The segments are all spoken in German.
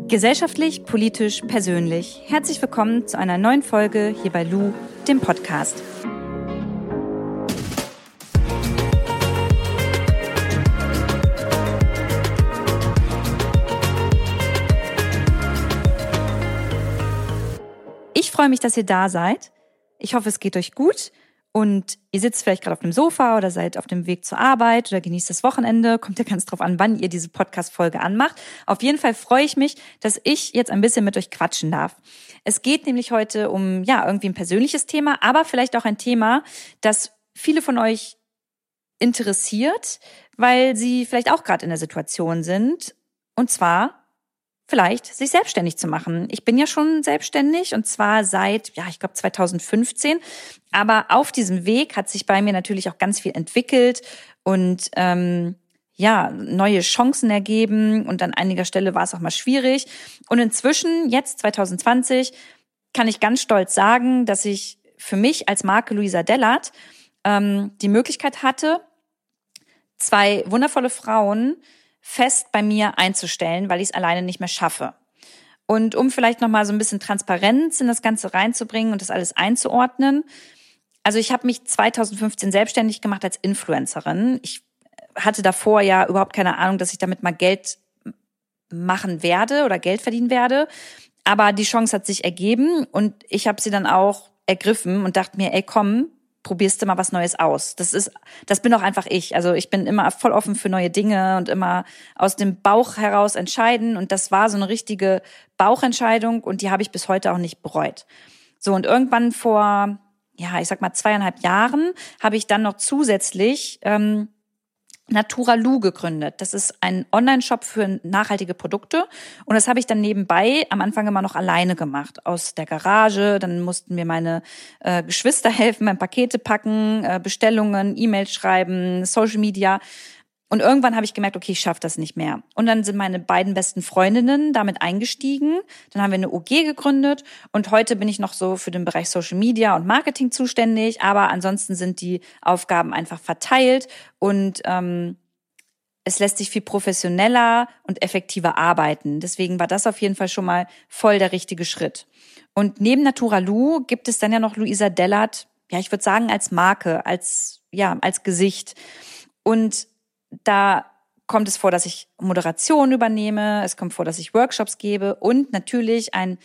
Gesellschaftlich, politisch, persönlich. Herzlich willkommen zu einer neuen Folge hier bei Lou, dem Podcast. Ich freue mich, dass ihr da seid. Ich hoffe, es geht euch gut. Und ihr sitzt vielleicht gerade auf dem Sofa oder seid auf dem Weg zur Arbeit oder genießt das Wochenende. Kommt ja ganz drauf an, wann ihr diese Podcast-Folge anmacht. Auf jeden Fall freue ich mich, dass ich jetzt ein bisschen mit euch quatschen darf. Es geht nämlich heute um, irgendwie ein persönliches Thema, aber vielleicht auch ein Thema, das viele von euch interessiert, weil sie vielleicht auch gerade in der Situation sind. Und zwar vielleicht sich selbstständig zu machen. Ich bin ja schon selbstständig und zwar seit, 2015. Aber auf diesem Weg hat sich bei mir natürlich auch ganz viel entwickelt und neue Chancen ergeben. Und an einiger Stelle war es auch mal schwierig. Und inzwischen, jetzt 2020, kann ich ganz stolz sagen, dass ich für mich als Marke Luisa Dellert die Möglichkeit hatte, 2 wundervolle Frauen fest bei mir einzustellen, weil ich es alleine nicht mehr schaffe. Und um vielleicht nochmal so ein bisschen Transparenz in das Ganze reinzubringen und das alles einzuordnen. Also ich habe mich 2015 selbstständig gemacht als Influencerin. Ich hatte davor ja überhaupt keine Ahnung, dass ich damit mal Geld machen werde oder Geld verdienen werde. Aber die Chance hat sich ergeben und ich habe sie dann auch ergriffen und dachte mir, komm, probierst du mal was Neues aus. Das bin auch einfach ich. Also ich bin immer voll offen für neue Dinge und immer aus dem Bauch heraus entscheiden. Und das war so eine richtige Bauchentscheidung und die habe ich bis heute auch nicht bereut. So, und irgendwann vor, 2,5 Jahren habe ich dann noch zusätzlich Naturalu gegründet. Das ist ein Online-Shop für nachhaltige Produkte und das habe ich dann nebenbei am Anfang immer noch alleine gemacht, aus der Garage. Dann mussten mir meine Geschwister helfen beim Pakete packen, Bestellungen, E-Mails schreiben, Social Media. Und irgendwann habe ich gemerkt, okay, ich schaffe das nicht mehr. Und dann sind meine beiden besten Freundinnen damit eingestiegen. Dann haben wir eine OG gegründet und heute bin ich noch so für den Bereich Social Media und Marketing zuständig. Aber ansonsten sind die Aufgaben einfach verteilt und es lässt sich viel professioneller und effektiver arbeiten. Deswegen war das auf jeden Fall schon mal voll der richtige Schritt. Und neben Naturalu gibt es dann ja noch Luisa Dellert, ich würde sagen als Marke, als Gesicht. Und da kommt es vor, dass ich Moderation übernehme, es kommt vor, dass ich Workshops gebe und natürlich ein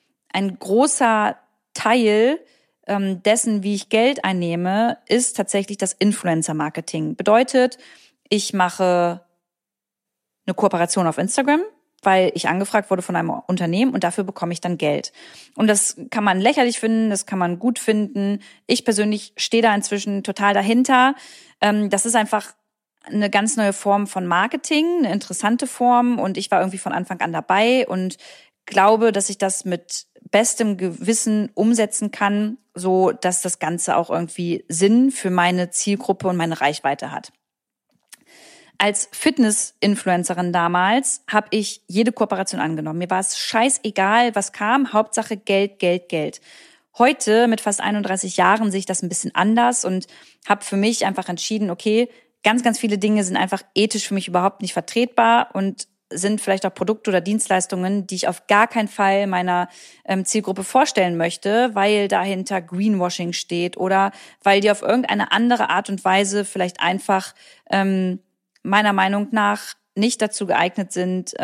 großer Teil dessen, wie ich Geld einnehme, ist tatsächlich das Influencer-Marketing. Bedeutet, ich mache eine Kooperation auf Instagram, weil ich angefragt wurde von einem Unternehmen und dafür bekomme ich dann Geld. Und das kann man lächerlich finden, das kann man gut finden. Ich persönlich stehe da inzwischen total dahinter. Das ist einfach eine ganz neue Form von Marketing, eine interessante Form und ich war irgendwie von Anfang an dabei und glaube, dass ich das mit bestem Gewissen umsetzen kann, so dass das Ganze auch irgendwie Sinn für meine Zielgruppe und meine Reichweite hat. Als Fitness-Influencerin damals habe ich jede Kooperation angenommen. Mir war es scheißegal, was kam, Hauptsache Geld, Geld, Geld. Heute, mit fast 31 Jahren, sehe ich das ein bisschen anders und habe für mich einfach entschieden, okay, ganz, ganz viele Dinge sind einfach ethisch für mich überhaupt nicht vertretbar und sind vielleicht auch Produkte oder Dienstleistungen, die ich auf gar keinen Fall meiner Zielgruppe vorstellen möchte, weil dahinter Greenwashing steht oder weil die auf irgendeine andere Art und Weise vielleicht einfach meiner Meinung nach nicht dazu geeignet sind,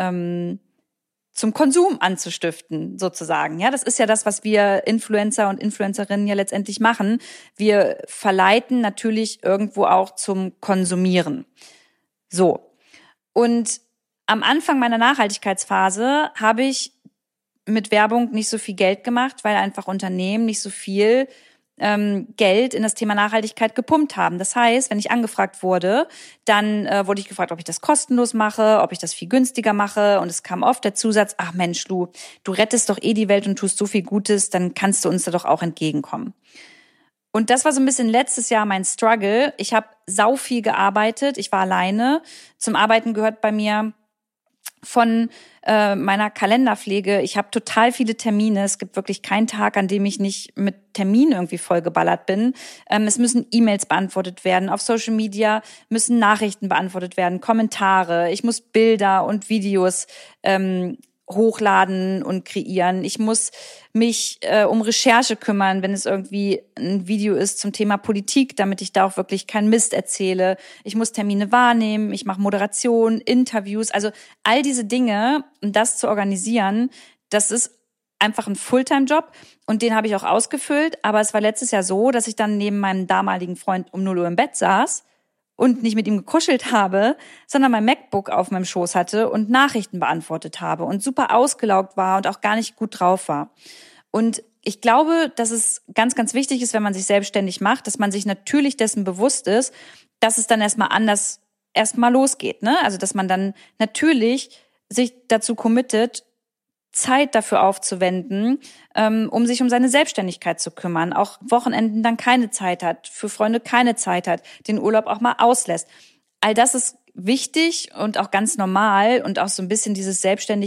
zum Konsum anzustiften, sozusagen. Ja, das ist ja das, was wir Influencer und Influencerinnen ja letztendlich machen. Wir verleiten natürlich irgendwo auch zum Konsumieren. So. Und am Anfang meiner Nachhaltigkeitsphase habe ich mit Werbung nicht so viel Geld gemacht, weil einfach Unternehmen nicht so viel Geld in das Thema Nachhaltigkeit gepumpt haben. Das heißt, wenn ich angefragt wurde, dann wurde ich gefragt, ob ich das kostenlos mache, ob ich das viel günstiger mache. Und es kam oft der Zusatz, ach Mensch, du rettest doch die Welt und tust so viel Gutes, dann kannst du uns da doch auch entgegenkommen. Und das war so ein bisschen letztes Jahr mein Struggle. Ich habe sau viel gearbeitet, ich war alleine. Zum Arbeiten gehört bei mir von meiner Kalenderpflege. Ich habe total viele Termine. Es gibt wirklich keinen Tag, an dem ich nicht mit Terminen irgendwie vollgeballert bin. Es müssen E-Mails beantwortet werden. Auf Social Media müssen Nachrichten beantwortet werden, Kommentare. Ich muss Bilder und Videos hochladen und kreieren. Ich muss mich um Recherche kümmern, wenn es irgendwie ein Video ist zum Thema Politik, damit ich da auch wirklich keinen Mist erzähle. Ich muss Termine wahrnehmen, ich mache Moderation, Interviews, also all diese Dinge, um das zu organisieren, das ist einfach ein Fulltime-Job und den habe ich auch ausgefüllt. Aber es war letztes Jahr so, dass ich dann neben meinem damaligen Freund um 0 Uhr im Bett saß und nicht mit ihm gekuschelt habe, sondern mein MacBook auf meinem Schoß hatte und Nachrichten beantwortet habe und super ausgelaugt war und auch gar nicht gut drauf war. Und ich glaube, dass es ganz, ganz wichtig ist, wenn man sich selbstständig macht, dass man sich natürlich dessen bewusst ist, dass es dann erstmal losgeht, ne? Also, dass man dann natürlich sich dazu committet, Zeit dafür aufzuwenden, um sich um seine Selbstständigkeit zu kümmern, auch Wochenenden dann keine Zeit hat, für Freunde keine Zeit hat, den Urlaub auch mal auslässt. All das ist wichtig und auch ganz normal und auch so ein bisschen dieses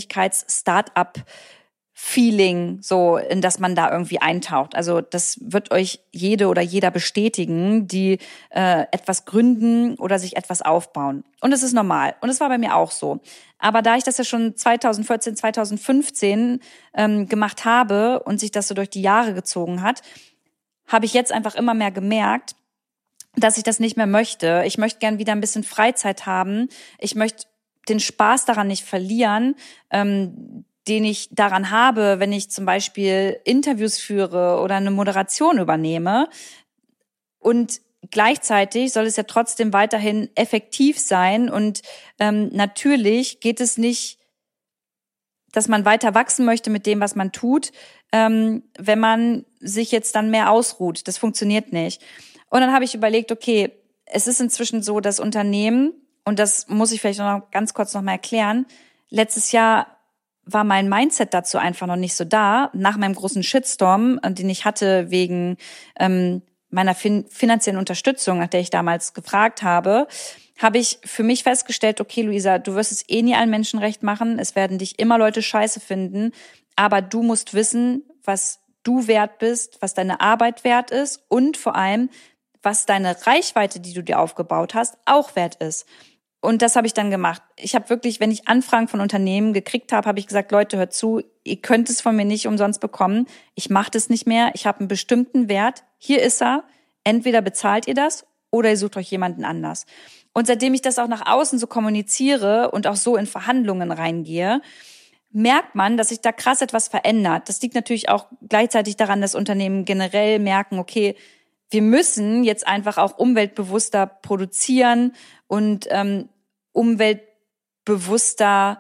Selbstständigkeits-Start-up-Feeling, so in das man da irgendwie eintaucht. Also das wird euch jede oder jeder bestätigen, die etwas gründen oder sich etwas aufbauen. Und es ist normal. Und es war bei mir auch so. Aber da ich das ja schon 2014, 2015 gemacht habe und sich das so durch die Jahre gezogen hat, habe ich jetzt einfach immer mehr gemerkt, dass ich das nicht mehr möchte. Ich möchte gern wieder ein bisschen Freizeit haben. Ich möchte den Spaß daran nicht verlieren, den ich daran habe, wenn ich zum Beispiel Interviews führe oder eine Moderation übernehme. Und gleichzeitig soll es ja trotzdem weiterhin effektiv sein und natürlich geht es nicht, dass man weiter wachsen möchte mit dem, was man tut, wenn man sich jetzt dann mehr ausruht. Das funktioniert nicht. Und dann habe ich überlegt, okay, es ist inzwischen so, dass Unternehmen, und das muss ich vielleicht noch ganz kurz noch mal erklären, letztes Jahr war mein Mindset dazu einfach noch nicht so da. Nach meinem großen Shitstorm, den ich hatte wegen meiner finanziellen Unterstützung, nach der ich damals gefragt habe, habe ich für mich festgestellt, okay, Luisa, du wirst es eh nie allen Menschen recht machen. Es werden dich immer Leute scheiße finden. Aber du musst wissen, was du wert bist, was deine Arbeit wert ist und vor allem, was deine Reichweite, die du dir aufgebaut hast, auch wert ist. Und das habe ich dann gemacht. Ich habe wirklich, wenn ich Anfragen von Unternehmen gekriegt habe, habe ich gesagt, Leute, hört zu, ihr könnt es von mir nicht umsonst bekommen. Ich mache das nicht mehr. Ich habe einen bestimmten Wert. Hier ist er. Entweder bezahlt ihr das oder ihr sucht euch jemanden anders. Und seitdem ich das auch nach außen so kommuniziere und auch so in Verhandlungen reingehe, merkt man, dass sich da krass etwas verändert. Das liegt natürlich auch gleichzeitig daran, dass Unternehmen generell merken, okay, wir müssen jetzt einfach auch umweltbewusster produzieren und umweltbewusster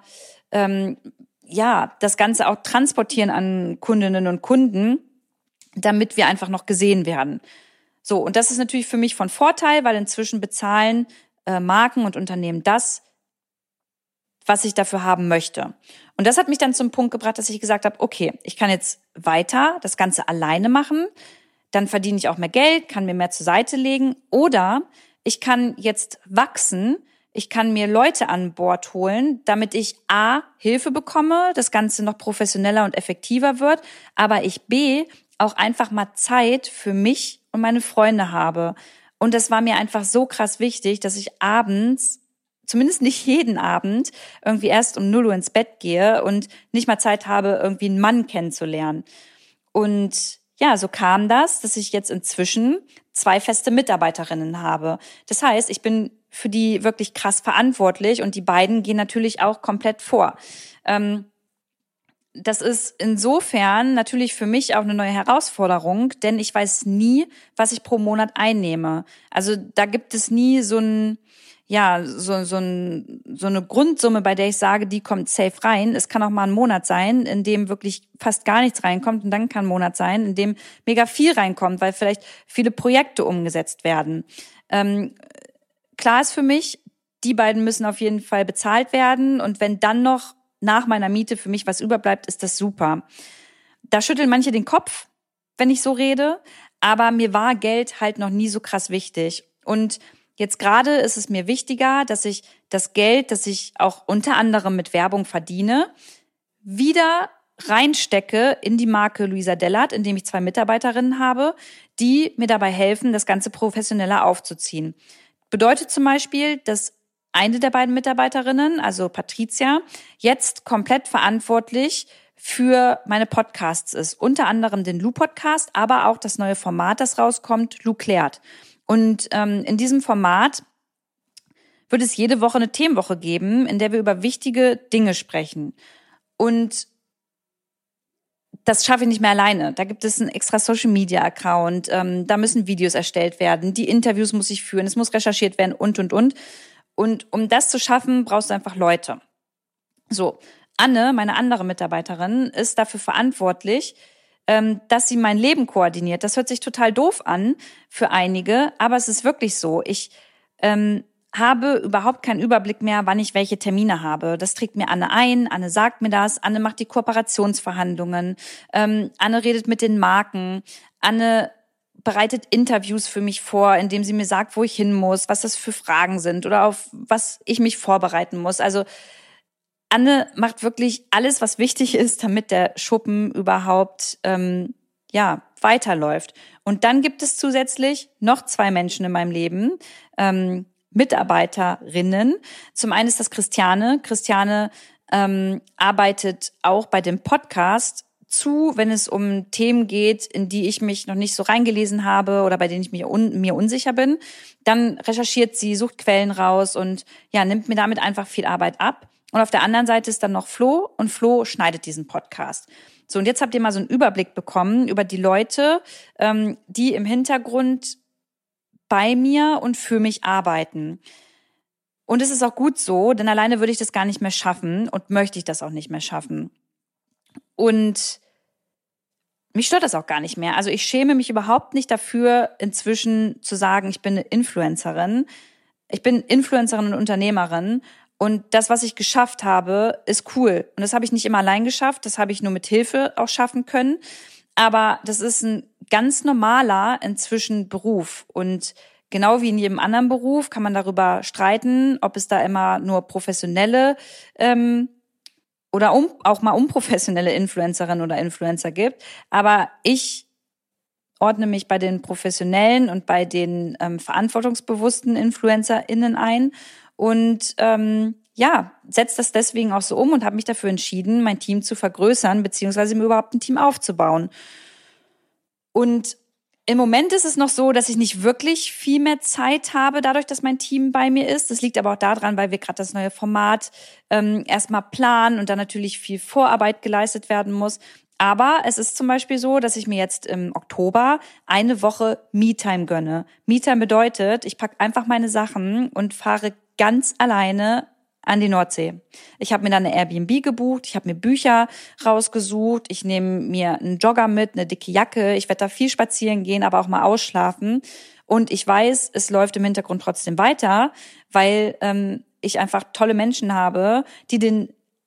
das Ganze auch transportieren an Kundinnen und Kunden, damit wir einfach noch gesehen werden. So, und das ist natürlich für mich von Vorteil, weil inzwischen bezahlen Marken und Unternehmen das, was ich dafür haben möchte. Und das hat mich dann zum Punkt gebracht, dass ich gesagt habe, okay, ich kann jetzt weiter das Ganze alleine machen, dann verdiene ich auch mehr Geld, kann mir mehr zur Seite legen oder ich kann jetzt wachsen, ich kann mir Leute an Bord holen, damit ich A, Hilfe bekomme, das Ganze noch professioneller und effektiver wird, aber ich B, auch einfach mal Zeit für mich und meine Freunde habe. Und das war mir einfach so krass wichtig, dass ich abends, zumindest nicht jeden Abend, irgendwie erst um 0 Uhr ins Bett gehe und nicht mal Zeit habe, irgendwie einen Mann kennenzulernen. Und ja, so kam das, dass ich jetzt inzwischen 2 feste Mitarbeiterinnen habe. Das heißt, ich bin für die wirklich krass verantwortlich und die beiden gehen natürlich auch komplett vor. Das ist insofern natürlich für mich auch eine neue Herausforderung, denn ich weiß nie, was ich pro Monat einnehme. Also da gibt es nie so eine Grundsumme, bei der ich sage, die kommt safe rein. Es kann auch mal ein Monat sein, in dem wirklich fast gar nichts reinkommt und dann kann ein Monat sein, in dem mega viel reinkommt, weil vielleicht viele Projekte umgesetzt werden. Klar ist für mich, die beiden müssen auf jeden Fall bezahlt werden und wenn dann noch nach meiner Miete für mich was überbleibt, ist das super. Da schütteln manche den Kopf, wenn ich so rede, aber mir war Geld halt noch nie so krass wichtig. Und jetzt gerade ist es mir wichtiger, dass ich das Geld, das ich auch unter anderem mit Werbung verdiene, wieder reinstecke in die Marke Luisa Dellert, indem ich 2 Mitarbeiterinnen habe, die mir dabei helfen, das Ganze professioneller aufzuziehen. Bedeutet zum Beispiel, dass eine der beiden Mitarbeiterinnen, also Patricia, jetzt komplett verantwortlich für meine Podcasts ist. Unter anderem den Lou-Podcast, aber auch das neue Format, das rauskommt, Lou klärt. Und in diesem Format wird es jede Woche eine Themenwoche geben, in der wir über wichtige Dinge sprechen. Und das schaffe ich nicht mehr alleine. Da gibt es einen extra Social-Media-Account, da müssen Videos erstellt werden, die Interviews muss ich führen, es muss recherchiert werden und. Und um das zu schaffen, brauchst du einfach Leute. So, Anne, meine andere Mitarbeiterin, ist dafür verantwortlich, dass sie mein Leben koordiniert. Das hört sich total doof an für einige, aber es ist wirklich so. Ich habe überhaupt keinen Überblick mehr, wann ich welche Termine habe. Das trägt mir Anne ein, Anne sagt mir das, Anne macht die Kooperationsverhandlungen, Anne redet mit den Marken, Anne bereitet Interviews für mich vor, indem sie mir sagt, wo ich hin muss, was das für Fragen sind oder auf was ich mich vorbereiten muss. Also Anne macht wirklich alles, was wichtig ist, damit der Schuppen überhaupt weiterläuft. Und dann gibt es zusätzlich noch 2 Menschen in meinem Leben, Mitarbeiterinnen. Zum einen ist das Christiane. Christiane arbeitet auch bei dem Podcast wenn es um Themen geht, in die ich mich noch nicht so reingelesen habe oder bei denen ich mir unsicher bin. Dann recherchiert sie, sucht Quellen raus und nimmt mir damit einfach viel Arbeit ab. Und auf der anderen Seite ist dann noch Flo und Flo schneidet diesen Podcast. So, und jetzt habt ihr mal so einen Überblick bekommen über die Leute, die im Hintergrund bei mir und für mich arbeiten. Und es ist auch gut so, denn alleine würde ich das gar nicht mehr schaffen und möchte ich das auch nicht mehr schaffen. Und mich stört das auch gar nicht mehr. Also ich schäme mich überhaupt nicht dafür, inzwischen zu sagen, ich bin eine Influencerin. Ich bin Influencerin und Unternehmerin. Und das, was ich geschafft habe, ist cool. Und das habe ich nicht immer allein geschafft. Das habe ich nur mit Hilfe auch schaffen können. Aber das ist ein ganz normaler inzwischen Beruf. Und genau wie in jedem anderen Beruf kann man darüber streiten, ob es da immer nur professionelle oder auch mal unprofessionelle Influencerinnen oder Influencer gibt. Aber ich ordne mich bei den professionellen und bei den verantwortungsbewussten InfluencerInnen ein und setze das deswegen auch so um und habe mich dafür entschieden, mein Team zu vergrößern, beziehungsweise mir überhaupt ein Team aufzubauen. Und im Moment ist es noch so, dass ich nicht wirklich viel mehr Zeit habe, dadurch, dass mein Team bei mir ist. Das liegt aber auch daran, weil wir gerade das neue Format erstmal planen und dann natürlich viel Vorarbeit geleistet werden muss. Aber es ist zum Beispiel so, dass ich mir jetzt im Oktober eine Woche Me-Time gönne. Me-Time bedeutet, ich packe einfach meine Sachen und fahre ganz alleine an die Nordsee. Ich habe mir dann eine Airbnb gebucht, ich habe mir Bücher rausgesucht, ich nehme mir einen Jogger mit, eine dicke Jacke, ich werde da viel spazieren gehen, aber auch mal ausschlafen. Und ich weiß, es läuft im Hintergrund trotzdem weiter, weil ich einfach tolle Menschen habe, die den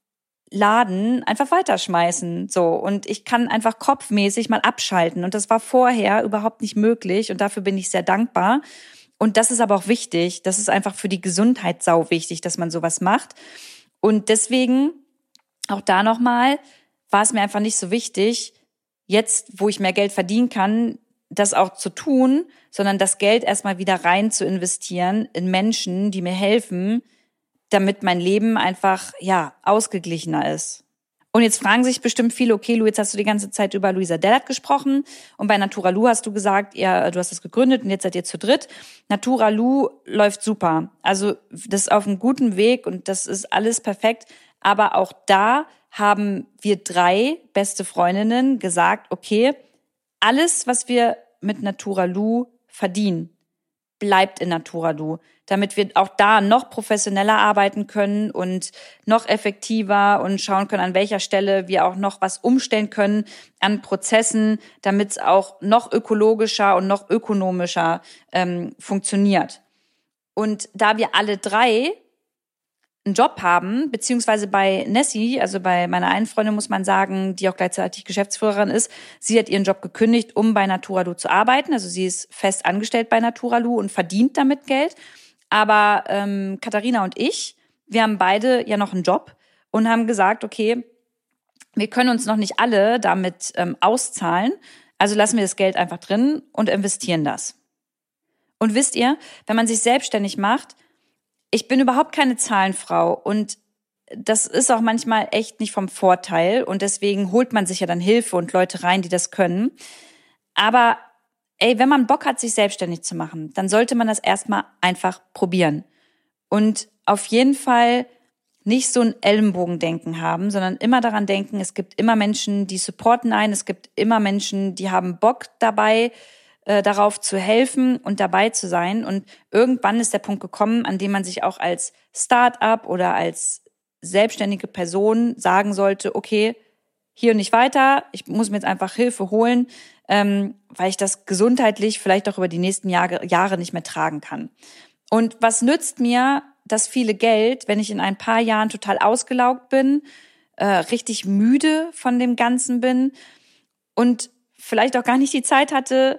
Laden einfach weiterschmeißen. So. Und ich kann einfach kopfmäßig mal abschalten. Und das war vorher überhaupt nicht möglich. Und dafür bin ich sehr dankbar. Und das ist aber auch wichtig. Das ist einfach für die Gesundheit sau wichtig, dass man sowas macht. Und deswegen, auch da nochmal, war es mir einfach nicht so wichtig, jetzt, wo ich mehr Geld verdienen kann, das auch zu tun, sondern das Geld erstmal wieder rein zu investieren in Menschen, die mir helfen, damit mein Leben einfach, ausgeglichener ist. Und jetzt fragen sich bestimmt viele, okay, Lu, jetzt hast du die ganze Zeit über Luisa Dellert gesprochen und bei Natura Lu hast du gesagt, du hast das gegründet und jetzt seid ihr zu dritt. Natura Lu läuft super. Also das ist auf einem guten Weg und das ist alles perfekt. Aber auch da haben wir 3 beste Freundinnen gesagt, okay, alles, was wir mit Natura Lu verdienen, bleibt in Natura Lu, damit wir auch da noch professioneller arbeiten können und noch effektiver und schauen können, an welcher Stelle wir auch noch was umstellen können an Prozessen, damit es auch noch ökologischer und noch ökonomischer funktioniert. Und da wir alle 3 einen Job haben, beziehungsweise bei Nessie, also bei meiner einen Freundin muss man sagen, die auch gleichzeitig Geschäftsführerin ist, sie hat ihren Job gekündigt, um bei Natura Lu zu arbeiten. Also sie ist fest angestellt bei Natura Lu und verdient damit Geld. Aber Katharina und ich, wir haben beide ja noch einen Job und haben gesagt, okay, wir können uns noch nicht alle damit auszahlen, also lassen wir das Geld einfach drin und investieren das. Und wisst ihr, wenn man sich selbstständig macht, ich bin überhaupt keine Zahlenfrau und das ist auch manchmal echt nicht vom Vorteil und deswegen holt man sich ja dann Hilfe und Leute rein, die das können. Aber wenn man Bock hat, sich selbstständig zu machen, dann sollte man das erstmal einfach probieren. Und auf jeden Fall nicht so ein Ellenbogendenken haben, sondern immer daran denken, es gibt immer Menschen, die supporten einen, es gibt immer Menschen, die haben Bock dabei, darauf zu helfen und dabei zu sein. Und irgendwann ist der Punkt gekommen, an dem man sich auch als Start-up oder als selbstständige Person sagen sollte, okay, hier und nicht weiter, ich muss mir jetzt einfach Hilfe holen, weil ich das gesundheitlich vielleicht auch über die nächsten Jahre nicht mehr tragen kann. Und was nützt mir das viele Geld, wenn ich in ein paar Jahren total ausgelaugt bin, richtig müde von dem Ganzen bin und vielleicht auch gar nicht die Zeit hatte,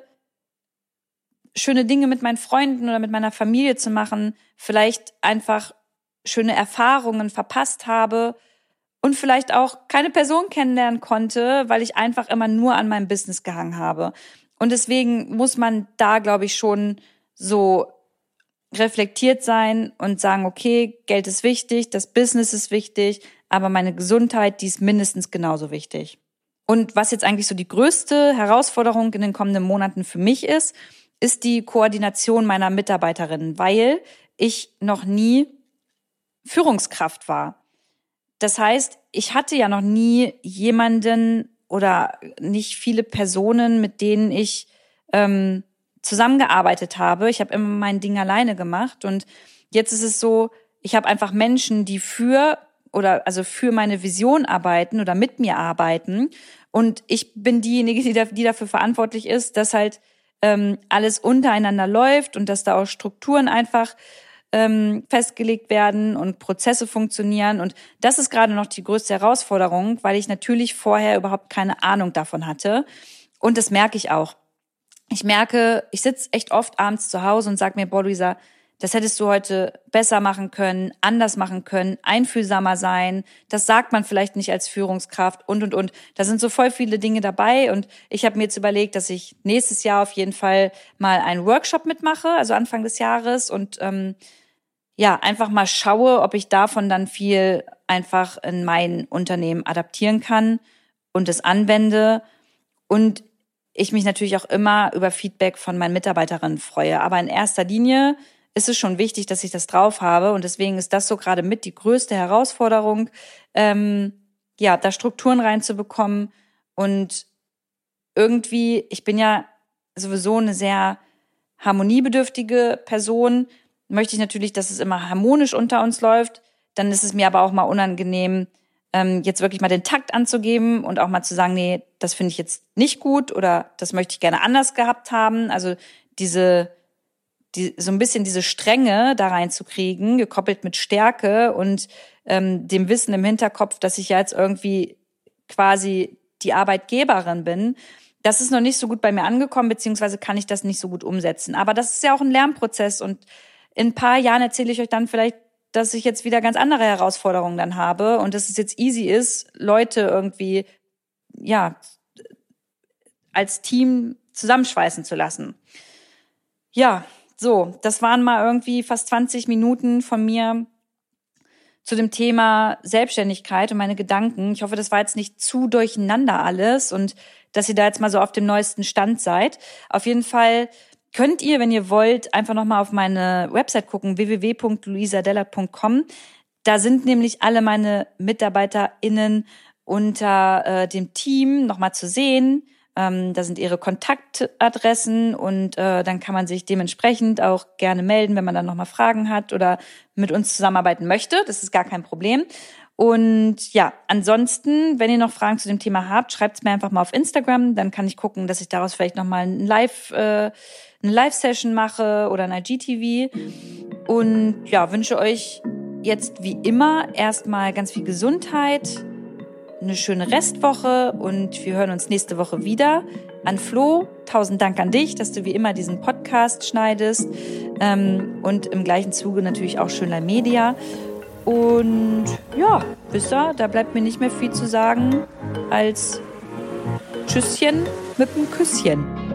schöne Dinge mit meinen Freunden oder mit meiner Familie zu machen, vielleicht einfach schöne Erfahrungen verpasst habe und vielleicht auch keine Person kennenlernen konnte, weil ich einfach immer nur an meinem Business gehangen habe. Und deswegen muss man da, glaube ich, schon so reflektiert sein und sagen, okay, Geld ist wichtig, das Business ist wichtig, aber meine Gesundheit, die ist mindestens genauso wichtig. Und was jetzt eigentlich so die größte Herausforderung in den kommenden Monaten für mich ist die Koordination meiner Mitarbeiterinnen, weil ich noch nie Führungskraft war. Das heißt, ich hatte ja noch nie jemanden oder nicht viele Personen, mit denen ich zusammengearbeitet habe. Ich habe immer mein Ding alleine gemacht und jetzt ist es so, ich habe einfach Menschen, die für meine Vision arbeiten oder mit mir arbeiten und ich bin diejenige, die dafür verantwortlich ist, dass halt alles untereinander läuft und dass da auch Strukturen einfach festgelegt werden und Prozesse funktionieren. Und das ist gerade noch die größte Herausforderung, weil ich natürlich vorher überhaupt keine Ahnung davon hatte. Und das merke ich auch. Ich merke, ich sitze echt oft abends zu Hause und sage mir, boah, Luisa, das hättest du heute besser machen können, anders machen können, einfühlsamer sein. Das sagt man vielleicht nicht als Führungskraft und. Da sind so voll viele Dinge dabei und ich habe mir jetzt überlegt, dass ich nächstes Jahr auf jeden Fall mal einen Workshop mitmache, also Anfang des Jahres und einfach mal schaue, ob ich davon dann viel einfach in mein Unternehmen adaptieren kann und es anwende und ich mich natürlich auch immer über Feedback von meinen Mitarbeiterinnen freue. Aber in erster Linie ist es schon wichtig, dass ich das drauf habe. Und deswegen ist das so gerade mit die größte Herausforderung, da Strukturen reinzubekommen. Und irgendwie, ich bin ja sowieso eine sehr harmoniebedürftige Person, möchte ich natürlich, dass es immer harmonisch unter uns läuft. Dann ist es mir aber auch mal unangenehm, jetzt wirklich mal den Takt anzugeben und auch mal zu sagen, nee, das finde ich jetzt nicht gut oder das möchte ich gerne anders gehabt haben. Also so ein bisschen diese Strenge da reinzukriegen, gekoppelt mit Stärke und dem Wissen im Hinterkopf, dass ich ja jetzt irgendwie quasi die Arbeitgeberin bin, das ist noch nicht so gut bei mir angekommen, beziehungsweise kann ich das nicht so gut umsetzen. Aber das ist ja auch ein Lernprozess und in ein paar Jahren erzähle ich euch dann vielleicht, dass ich jetzt wieder ganz andere Herausforderungen dann habe und dass es jetzt easy ist, Leute irgendwie, als Team zusammenschweißen zu lassen. Ja, so, das waren mal irgendwie fast 20 Minuten von mir zu dem Thema Selbstständigkeit und meine Gedanken. Ich hoffe, das war jetzt nicht zu durcheinander alles und dass ihr da jetzt mal so auf dem neuesten Stand seid. Auf jeden Fall könnt ihr, wenn ihr wollt, einfach nochmal auf meine Website gucken, www.luisadellert.com. Da sind nämlich alle meine MitarbeiterInnen unter dem Team nochmal zu sehen. Da sind ihre Kontaktadressen und dann kann man sich dementsprechend auch gerne melden, wenn man dann nochmal Fragen hat oder mit uns zusammenarbeiten möchte. Das ist gar kein Problem. Und ja, ansonsten, wenn ihr noch Fragen zu dem Thema habt, schreibt es mir einfach mal auf Instagram. Dann kann ich gucken, dass ich daraus vielleicht nochmal eine Live-Session mache oder ein IGTV. Und ja, wünsche euch jetzt wie immer erstmal ganz viel Gesundheit, eine schöne Restwoche und wir hören uns nächste Woche wieder. An Flo, 1000 Dank an dich, dass du wie immer diesen Podcast schneidest und im gleichen Zuge natürlich auch Schönlein Media. Und ja, wisst ihr, da bleibt mir nicht mehr viel zu sagen als Tschüsschen mit einem Küsschen.